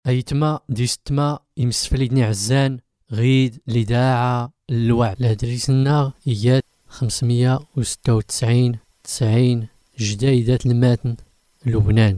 أيتما ديستما يمسفليدني عزان غيد لداعة الوعد لهدريسنا إياد 596 90 جديدة الماتن لبنان.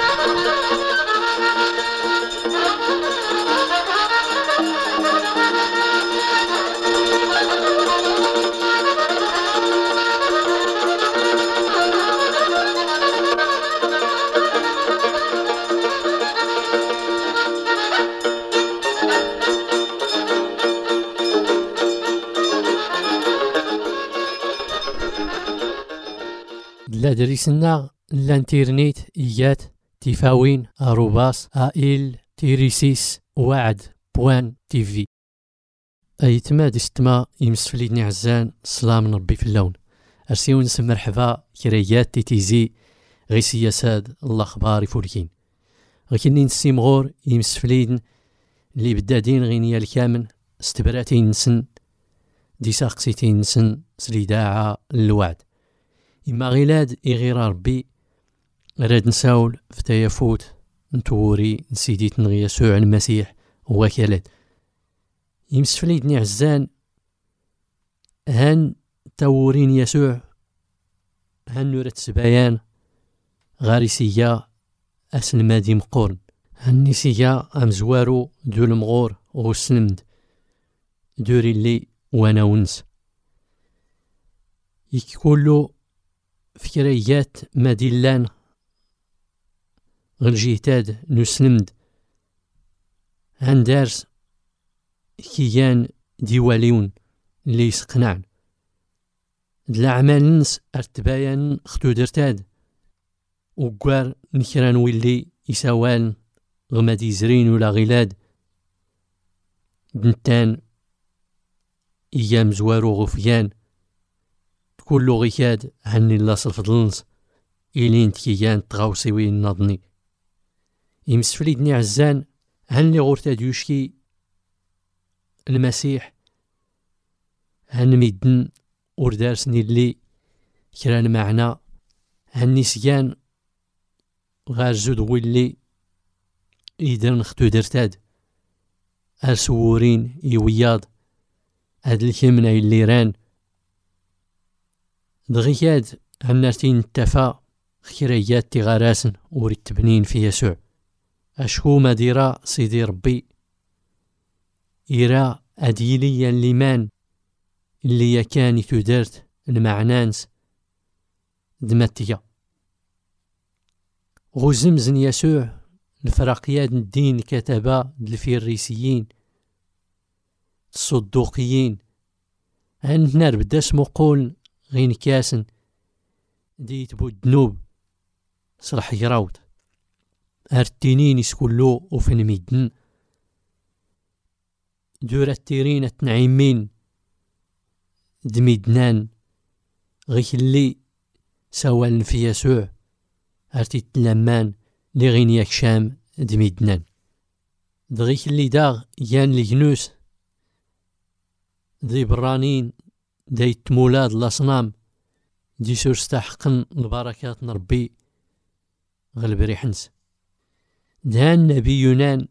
لا دريسنا الانترنت إيات تفاوين أروباس آئل تيريسيس وعد بوان تيفي. أيتما ديستما يمسفليدني عزان سلام ربي في اللون أرسيون نسم مرحبا كريات تيتيزي غي سياساد الأخبار فولكين غيكني نسيم غور يمسفليدن اللي بدادين غينيا الكامن استبراتين نسن دي ساقسيتين نسن سليداعة الوعد إما غيلاد إغير ربي راد نساول في تيافوت نتوري نسيديت نغي يسوع المسيح هو كالاد يمسفليدني عزان هن تورين يسوع هن نورت سبايان غاريسية أسن مادي مقورن هنسية أمزوارو دول مغور وسلمد دوري اللي وانا ونس يكولو فكريات ماديلان غير جيتاد نسلمد هندارس كيان ديواليون اللي يسقنعن الأعمال نس ارتبايان اختو درتاد وقوار نكران ويلي يساوان غمادي زرين ولا غيلاد بنتان ايام زوارو غفيان كل غيكاد هني الله صلفضلنس إلين تكيان تغاوسيوين نضني يمسفليدني عزان هني غورتا ديوشكي المسيح هن ميدن وردارسني اللي كران معنا هني سيان غار زود ويلي إيدر نختو درتاد أسورين يوياض هاد الكمنا اللي ران دغياد هنرتين التفا خيريات تغاراسن ورتبنين في يسوع أشكو مديرا سيدي ربي إيرا أديليا الليمان اللي يكاني تدرت المعنانس دمتيا غزمزن يسوع الفرقيات الدين كتبا الفريسيين الصدوقيين هنر بدا اسمو قول غين كاسن ديت بودنوب صلح يراوت ارتينين يسكولو وفن ميدن دور التيرين التنعيمين دميدنان غيك اللي سوال في يسوع ارتي تلمان لغين يكشام دميدنان دغيك اللي داغ يان لجنوس ذي برانين دايت مولاد الأصنام دي سور استحقن البركات نربي غلب ريحنس دهان نبي يونان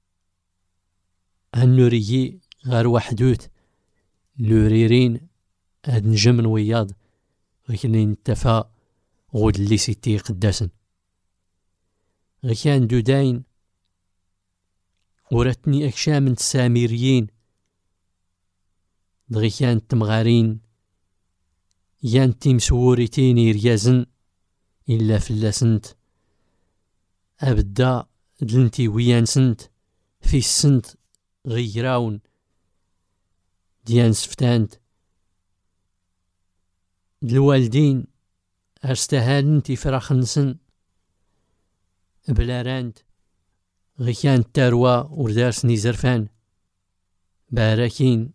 هالنوريي غار وحدوت لوريرين هاد نجم وياض غيكلي نتفا غود اللي سيتي قداسن غيكان دوداين ورتني أكشام الساميريين دغيكان تمغارين يان تيم سوريتين يريازن إلا فلاسنت أبدا دلنتي ويان سنت في السنت غيراون ديان سفتانت الوالدين أرستهالن تفرخنسن بلا راند غيكان تاروا وردارسني زرفان باراكين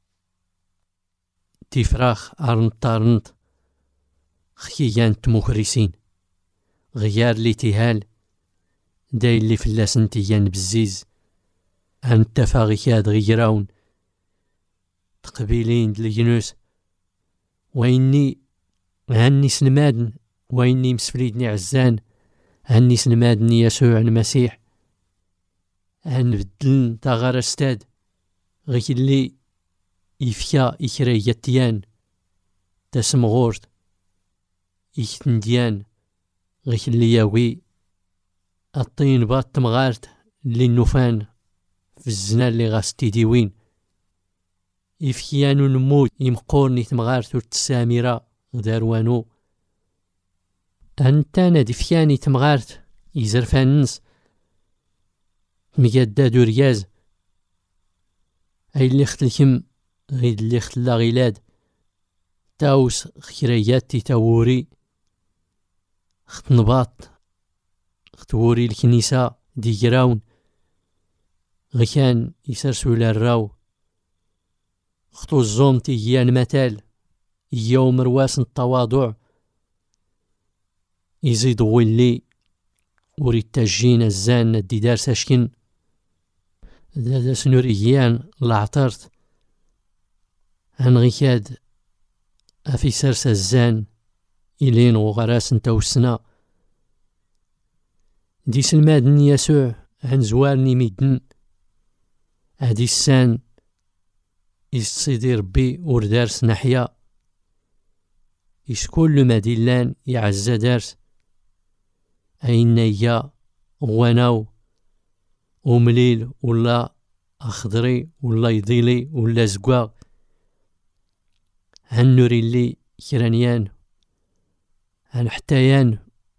تفراخ أرنطارنط خيان تموكريسين غيار لي تيهال داي اللي فلاسن تيان بزيز أنت فاغيكاد غيراون تقبيلين دلجنوس وإني هني سنمادن وإني مسفليدني عزان هني سنمادني يسوع المسيح هنبدل تاغار استاد غيك اللي يفيا إكرياتيان تسمغورت إكتنديان غيك اللي ياوي الطين بات تمغارت اللي النوفان في الزنا اللي غاستي ديوين إفكيانو نموت يمقورني تمغارت والتساميرة داروانو أنتانا دفياني تمغارت يزرفاننس مقادا دورياز أي اللي ختلكم غيد اللي ختلا غيلاد تاوس خيرياتي تاوري ختنباط ختوري الكنيسة دي جراون غكان يسرسو للراو خطو الزوم تيجيان متال يوم رواس التواضع يزيد غولي وريد تجين الزان الديدار ساشكن ذا سنوريان لعطرت عن غيكاد أفي سرس الزان إلين وغراس نتوسنا دي سلمادن يسوع عن زوارني ميدن هادي السان يستصيدي ربي وردارس نحيا يسكول ما ديلان يعز دارس أين يا غواناو ومليل ولا أخضري ولا يضيلي ولا زقوا هنوري اللي كرانيان هن حتايان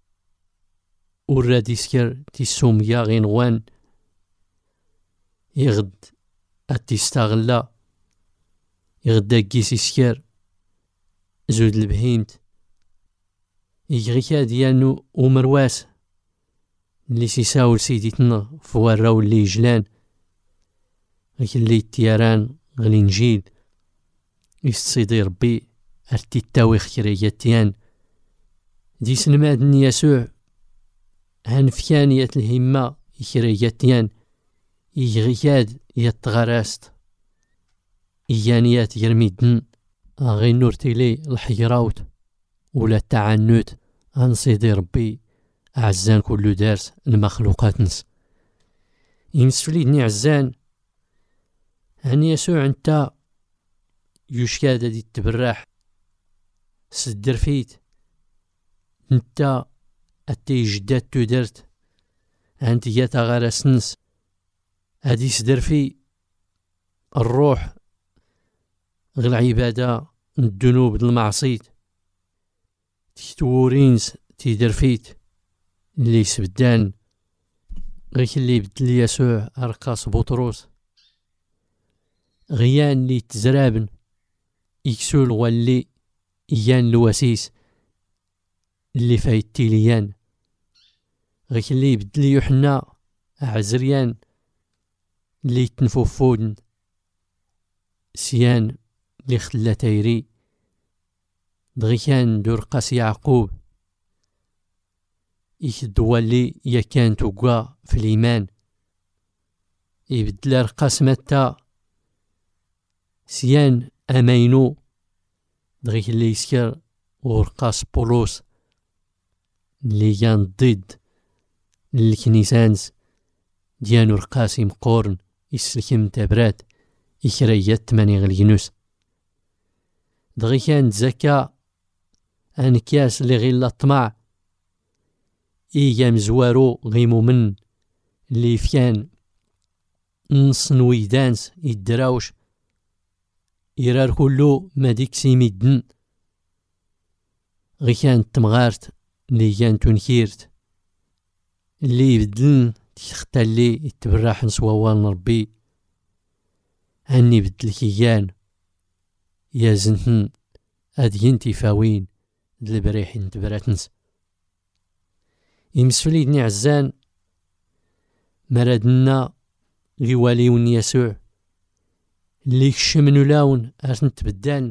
ورا سكر تيسوم يا غينوان يغد أتيستغلا يغدا كيسي سكر زود البهيمت يجريكا ديالو ومرواس اللي سيساول سيديتنا فوراو اللي جلان غيك اللي التيران غلينجيل يستصيدي ربي ارتي التاوي خيرياتيان دي سلمادن يسوع هنفيانية الهمة خيرياتيان يغيكاد يتغراست إيانيات يرميدن غي نورتيلي الحيراوت ولا التعنت غنصيدي ربي أعزان كل دارس المخلوقات نس يمسفليدني عزان هني يسوع انت يشكاد دي التبراح سدر فيت انت اتي جداد تدرت انت جات غارس نس هادي سدر في الروح غير العبادة الذنوب المعصيت تورينس تيدر فيت اللي سبدان غير اللي بدل يسوع أرقاص بطروس غيان اللي تزرابن يكسول واللي يان الوسيس اللي فايتي ليان غير اللي بدل يوحنا عزريان اللي تنفوفودن سيان اللي خلا تايري دغي كان دور قاس يعقوب يخدوا اللي يا كان توقع في الإيمان يبدل رقاس متى سيان أمينو دغي اللي يسكر ورقاس بولوس اللي كان ضد الكنيسانس ديانو رقاس مقورن يسلكم تبرات إكريات ماني غلينوس دغي كان زكا أنكاس اللي غير الطمع إيجا مزوارو غيمو من اللي فيان نص نويدانس يدراوش يرار كلو ما ديك سيميدن غي كانت تمغارت اللي كان تنكيرت اللي يبدلن تختا اللي يتبراح نسووال ربي هني بدل كيان يا زنتن أدين تفاوين دلبريح نتبراتنس يمسفليدني عزان مرادنا غيواليون يسوع اللي كشمنو لاون أرن تبدان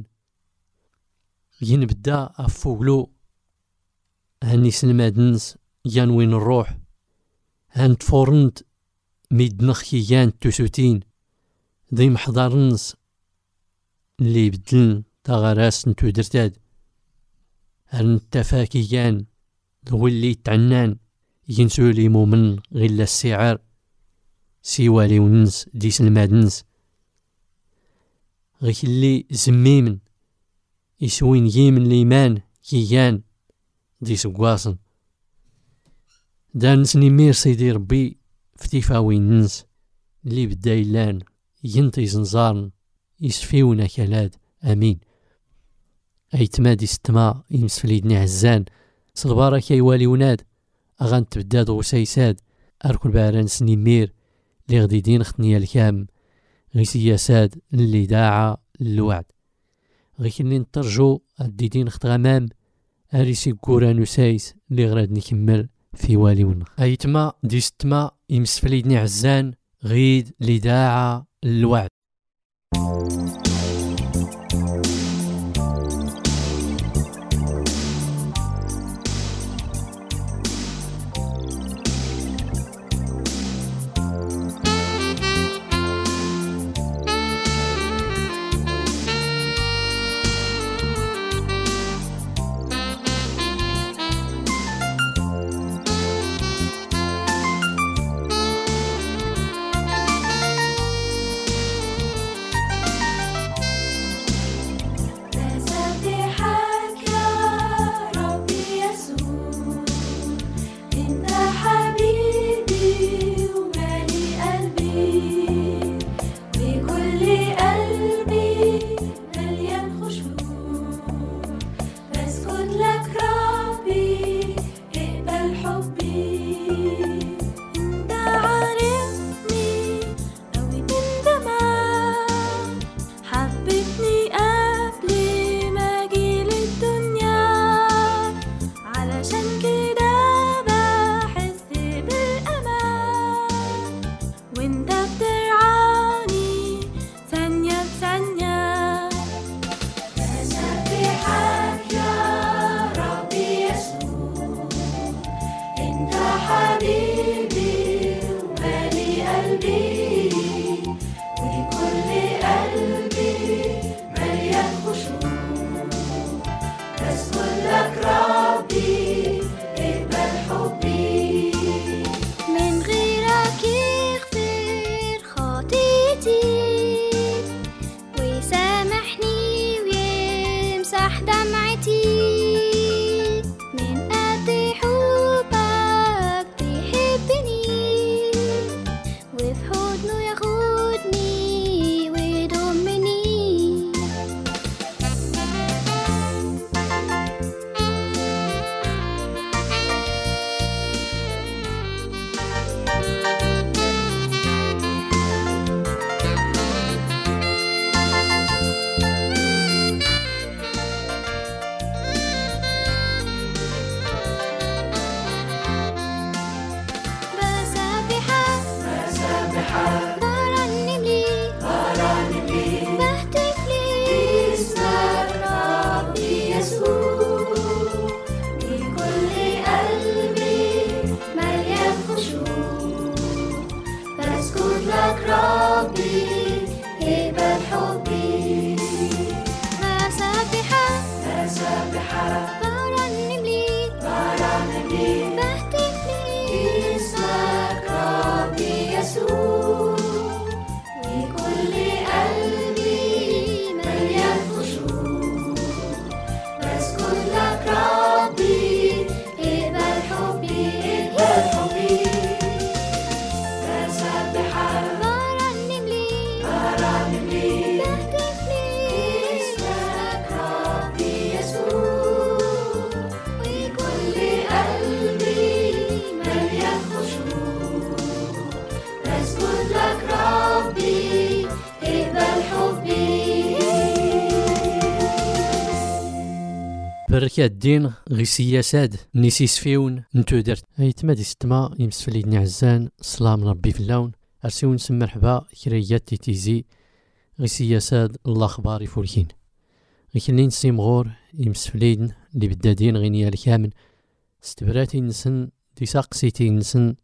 ينبدا أفوغلو هاني سلمادنس يان وين الروح هان تفورنت ميدنخ كيان تسوتين ذي محضرنس اللي بدلن تغراس نتو درتاد هرن تفاكيان ذو اللي تعنان ينسو لي مؤمن غير السعار سيوالي ونس ديس المادنس غيك اللي زميمن يسوين يمن ليمان كيان ديس قواصن دانس نمير سيدي ربي فتيفاوين نس اللي بدايلان ينطي زنزارن يسفيونا كالاد امين اي تمادي ستما يمسفليدني عزان صلبارك يوالي وناد اغان تبداد غسيساد اركل باران سنيمير اللي غديدين ختنيا الكام غي سياساد اللي داعا الوعد غي كني نترجو الديدين خت غمام اريسي كوران وسايس اللي غراد نكمل في والي ونخ اي تما دي ستما يمسفليدني عزان غيد اللي داعا الوعد. بركة الدين غي سياساد نيسيس فيون نتو درت اي تمادي ستما يمسفليدني عزان سلام ربي في اللون ارسيون نسمى مرحبا كريات تيزي غي سياساد الله خباري فولكين غي كلين سيمغور يمسفليدن اللي بدادين غينيا الكامن استبراتي نسن دي ساقسيتي نسن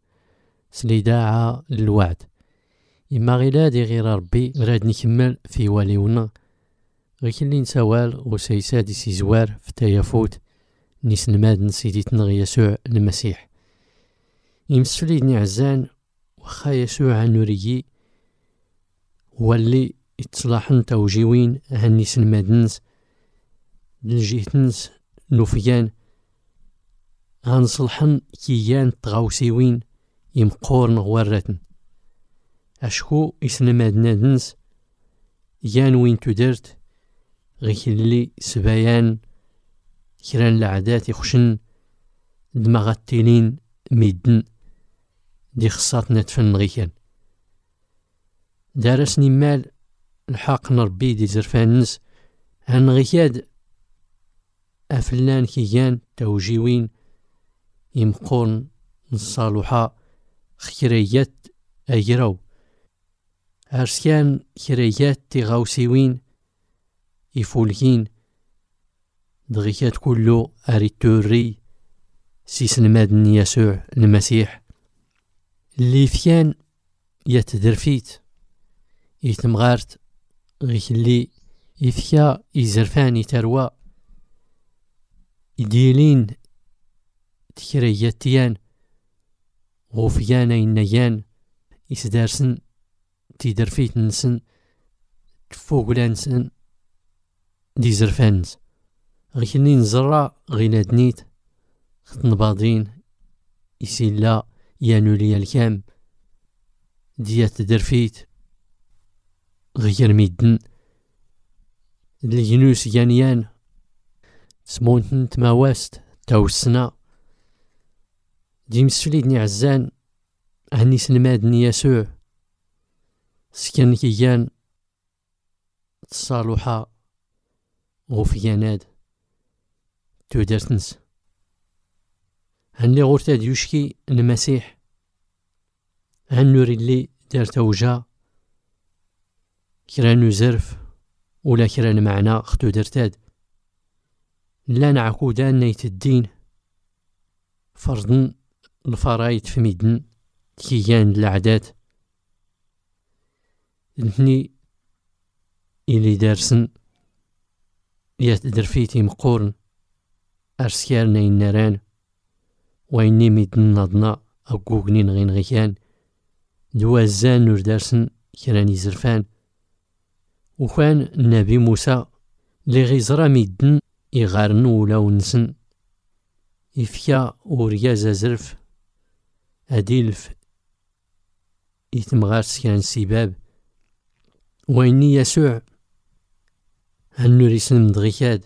سليداعة للوعد إما غيلادي غير ربي غراد نكمل في واليونا غي كلين سوال وسيسادي سي زوار في تيافوت نيس نماد نسيدي تنغي يسوع المسيح يمسفليدني عزان وخا يسوع نوريي هو اللي يتصلاحن توجيوين هنيس المدنس لجيتنس نوفيان غنصلحن كيان تغاوسيوين يمقورن غوارتن أشكو إسن مدنادنس يان وين تدرت غيك اللي سبايان كران العادات يخشن دماغتيلين ميدن دي خصاتنا تفن غيكان دارسني مال الحق نربي دي زرفانس هن غيكاد أفلان كيان توجيوين يمقون الصالحة خيريات أجرو أرسكان خيريات تغاوسيوين يفولكين دغيكات كله أريتوري سيسن مادن يسوع المسيح اللي فيان يتدرفيت يتمغارت غيك اللي يفيا يزرفاني تروا يديلين تكرياتيان غوفيانا ينيان يسدارسن تيدرفيت نسن تفوقلانسن دي زرفانس غيك اللي نزرع غينادنيت خطنباضين يسيلا يانولي الكام ديات درفيت غير ميدن الجنوس يانيان سمونتن تماواست تاوسنا دي مسفليدني عزان هني سنمادني يسوع سكن كيان تصالحا غوفياناد تودرتنس هني غورتا ديوشكي المسيح هنوري اللي دار توجا كرانو زرف ولا كران معنا ختو درتاد لا نعكودان نيت الدين فرضن الفرايد في ميدن كيان العادات نتني إلي دارسن يتدرفيتي مقورن أرسكارنا الناران وإني ميدن نضنا أقوقنين غين غيكان دوازان نور دارسن كراني زرفان وكان النبي موسى لي غيزرا ميدن يغارنو ولا ونسن يفيا وريازا زرف أديلف يتمغارس كان سباب وإني يسوع هنوري سن مدغيكاد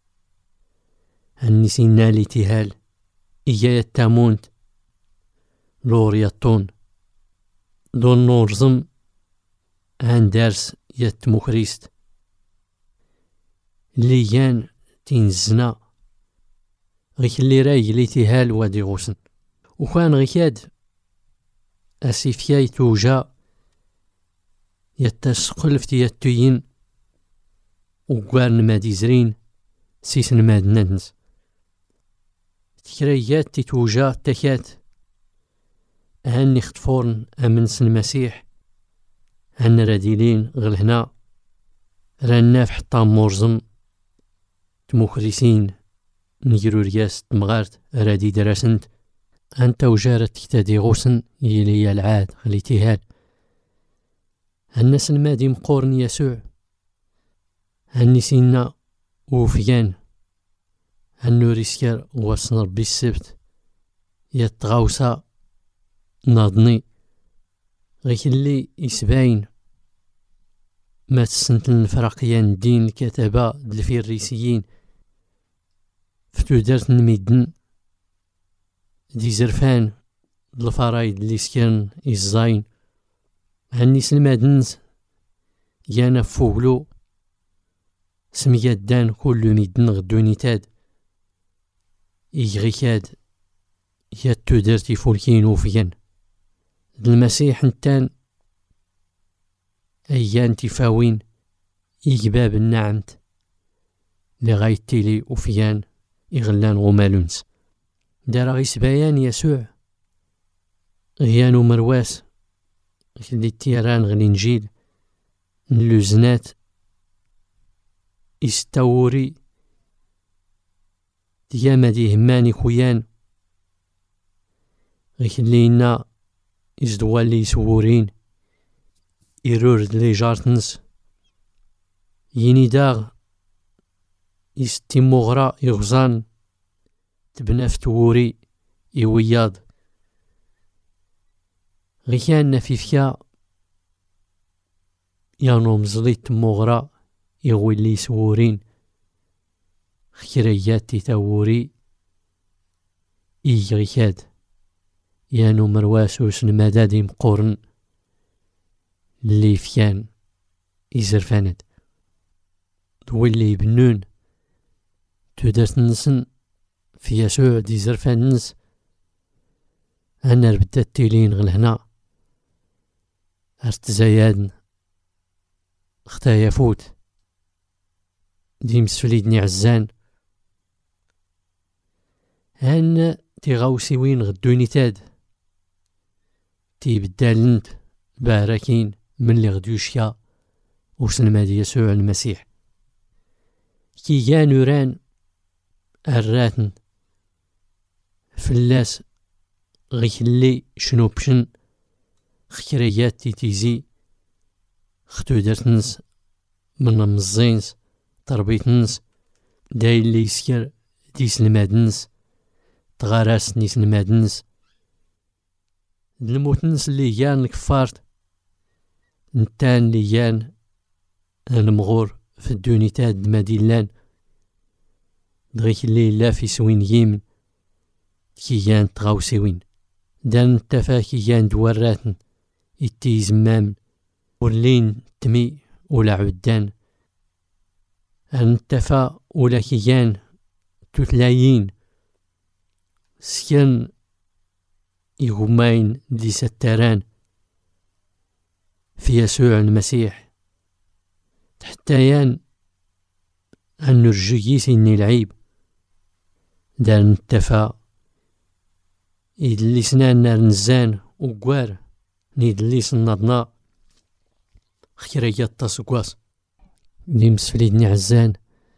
هنسينا لي تهال إيا التامونت لورياطون دون نورزم هان دارس يتمو كريست ليان تنزنا غيك اللي راي لي تهال وادي غوسن وكان غيكاد أسيفياي توجا يتسقل فتياتوين وقوارن مادي زرين سيسن ماد ننس تكريات تتوجا تكات هاني خطفورن أمنس المسيح هن راديلين غل هنا راناف حتى مورزم تموكريسين نجرو رياس تمغارت رادي دراسنت أنت وجارت كتادي غوسن يلي العاد غلي تيهال هالناس المادي مقورن يسوع هني سينا وفيان هنوري سكر واسن ربي السبت يتغاوسا ناضني غيك اللي يسباين ما تسنتلن فرقيان دين الكتابة الفريسيين فتو دارت نميدن دي زرفان الفرايد اللي سكن الزاين هني سلمادنز يانا فوغلو سميات دان كل ميدن غدوني تاد إيغيكاد ياتو دارتي فولكين وفيان المسيح نتان أيان تفاوين إيقباب النعمت لغاية تيلي وفيان إغلان غمالونس دار غيس بيان يسوع غيانو مرواس اللي التيران غلينجيل اللوزنات استوري ديما دي هماني خويان غيك اللينا إزدوال لي سورين إيرورد لي جارتنس يني داغ يستيموغرا يغزان تبنى فتوري إوياض غيان نفيفيا يانو مزلي تموغرا يغولي سورين خيريات تاوري إيغيكاد يانو مرواسوس المداد مقورن اللي فيان إزرفاند دويلي بنون تودرت نسن في يسوع دي زرفانس أنا ربدت تيلين غلهنا ارتزايادن اختا يفوت دي مسفليدني عزان هان تيغاوسي وين غدوني تاد تيبدالنت باراكين من اللي غدوشيا وسلم دي يسوع المسيح كي جا نوران الراتن فلاس غيخلي شنو بشن خكريات تيزي ختو درتنس من مزينس تربيتنس دايل لي يسكر ديس المادنس تغاراس نيس المادنس الموتنس اللي جان الكفارت نتان اللي جان المغور في الدونيتات دماديلان دغيك اللي لا في سوين يمن كي جان تغاوسيوين دان التفا كي جان دواراتن يتيز مامن ورلين تمي ولا عدان التفا ولا كي جان تتلايين سكن يغمين دي ستران في يسوع المسيح تحتيان أن نرجي سني العيب دار نتفا يدلي سنانا نزان وقوار نيدلي سنادنا خيرية التصقواس دي مسفليدني عزان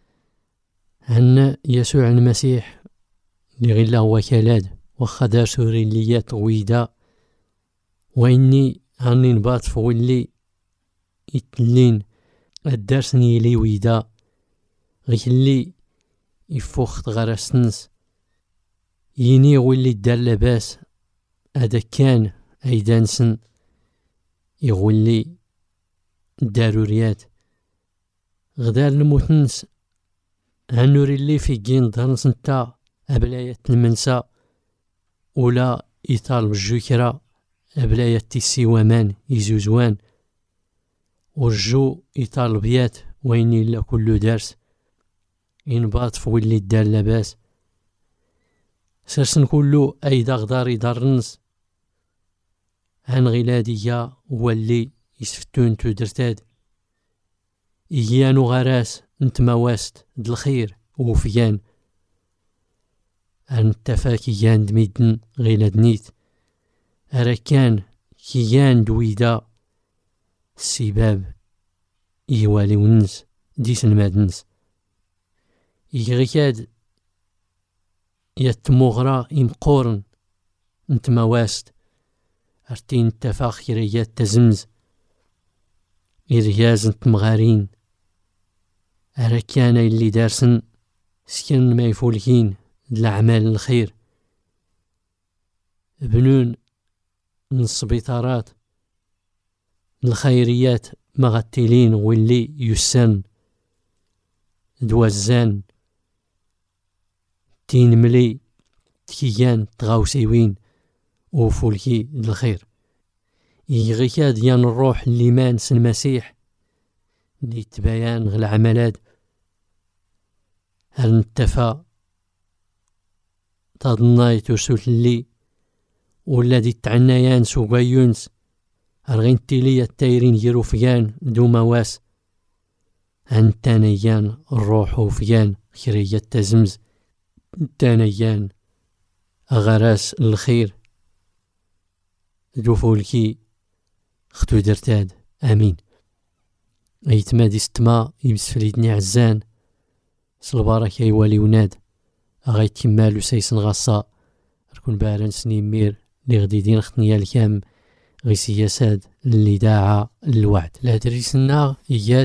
أن يسوع المسيح لغلا هو كالاد وخدار سوري ليا طويدا وإني هاني نبات فولي يتلين الدرسني لي ويدا غيلي يفوخ تغرسنس يني ولي دار لباس هذا كان ايدانسن يغولي الداروريات غدا الموتنس هنوري اللي في جين دانس نتا ابلاية المنسى ولا يطالب الجوكرا ابلاية تيسيوامان يزوزوان ورجو يطالبيات وين إلا كل درس ينباط فولي الدار لاباس سرسن كلو أيدا غدار يدارنس هان غلادية واللي يسفتون تودرتاد إيانو غراس نتمواست دالخير وفيان هان التفاكيان دميدن غيلاد نيت أراكان كيان دويدا السباب يوالي ونس ديس المادنس يغيكاد يتمغرا يمقورن نتمواست ارتين التفاخريات تزمز إرياز نتمغارين أراكانا اللي دارسن سكن ما يفولكين الأعمال الخير بنون من السبيطارات الخيريات مغتلين واللي يسن دوازان تين ملي تكيان تغاوسيوين وفولكي الخير يغيكا ديان الروح اللي مانس المسيح اللي تبايان غل عملات هل نتفا تظناي ترسل اللي ولا دي تعنايان سوغايونس أرغين تيلي التايرين يرو فيان دو مواس أنتانيان الروح وفيان خيرية تزمز تانيان أغراس الخير دو فولكي ختو درتاد آمين أيتمادي ستما يمسفليدني عزان سلبارك يوالي وناد أغايت كمالو سيسن غصا ركون بارن سني مير لي غدي دين ختنيا الكام غي سياسات اللي داعا الوعد. لهدريسنا إياد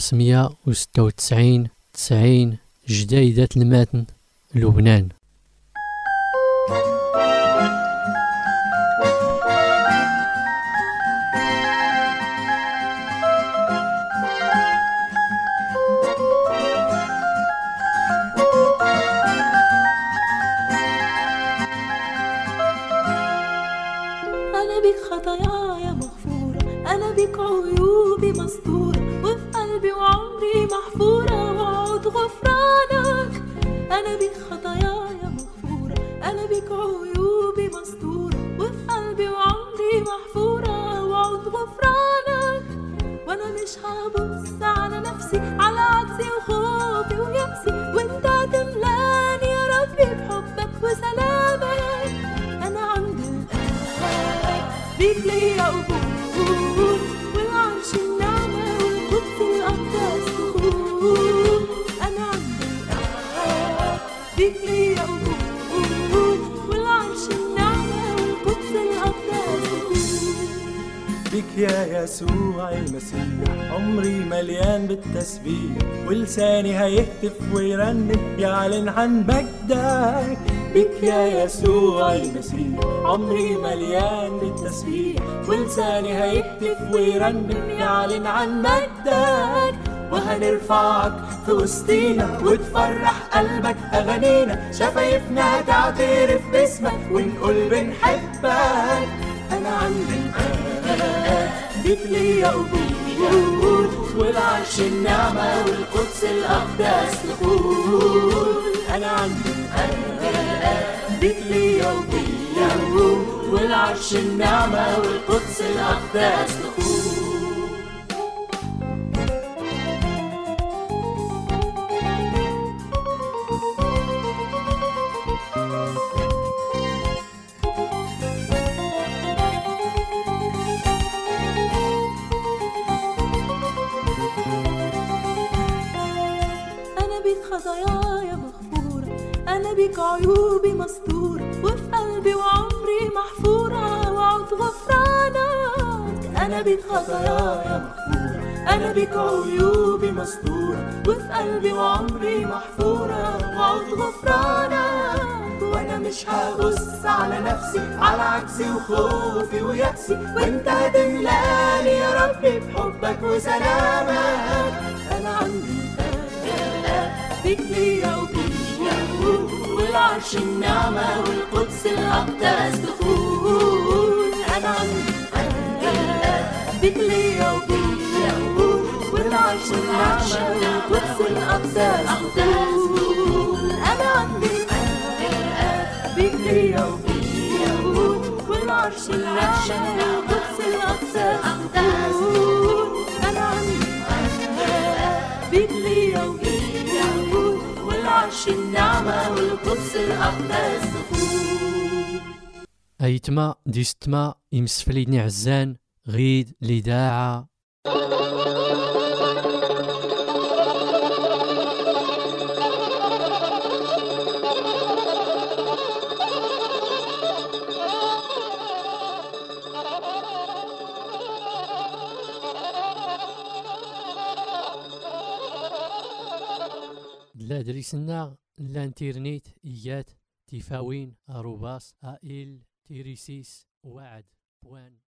596 90 جدايدة الماتن لبنان. أنا بك خطاياي مغفورة، أنا بك عيوبي مستورة، وفي قلبي وعمري محفورة وعود غفرانك. أنا بك خطاياي مغفورة، أنا بك عيوبي مستورة، وفي قلبي وعمري محفورة وعود غفرانك. وأنا مش هبص على نفسي، على عجزي وخوفي ويأسي، وأنت تملاني يا ربي بحبك وسلامك. أنا عندي بيك ليا قبول، والعرش النعمة والقدس الأقداس دخول. أنا عندي الآب بيك ليا قبول، والعرش النعمة والقدس الأقداس دخول. بك يا يسوع المسيح عمري مليان بالتسبيح، ولساني هيهتف ويرنم يعلن عن مجدك. بك يا يسوع المسيح عمري مليان بالتسبيح، ولساني هيهتف ويرنم يعلن عن مجدك. وهنرفعك في وسطينا وتفرح قلبك أغانينا، شفايفنا تعترف باسمك ونقول بنحبك. أنا عندي الآب بك ليا قبول، والعرش النعمة والقدس الأقداس دخول. أنا عندي الآب بك ليا قبول، والعرش النعمة والقدس الأقداس دخول. خطاياي مغفورة، أنا بك عيوبي مستورة، وفي قلبي وعمري محفورة وعود غفرانك. أنا بك خطاياي مغفورة، أنا بك عيوبي مستورة، وفي قلبي وعمري محفورة وعود غفرانك. وأنا مش هبص على نفسي، على عجزي وخوفي ويأسي، وأنت هتملاني يا ربي بحبك وسلامك. أنا عندي بك ليا قبول، والعرش النعمة والقدس الأقداس دخول. أنا عندي بك ليا قبول، والعرش النعمة والقدس الأقداس دخول. أنا عندي بك ليا قبول، والعرش النعمة والقدس الأقداس دخول. أنا عندي بك ليا قبول، والعرش النعمة والقدس الأقداس دخول. أيتما ديستما يمسفليني عزان غيد لداعة. لا دريسنا الانترنت إيات تفاوين أروباس آئل تيريسيس وعد بوان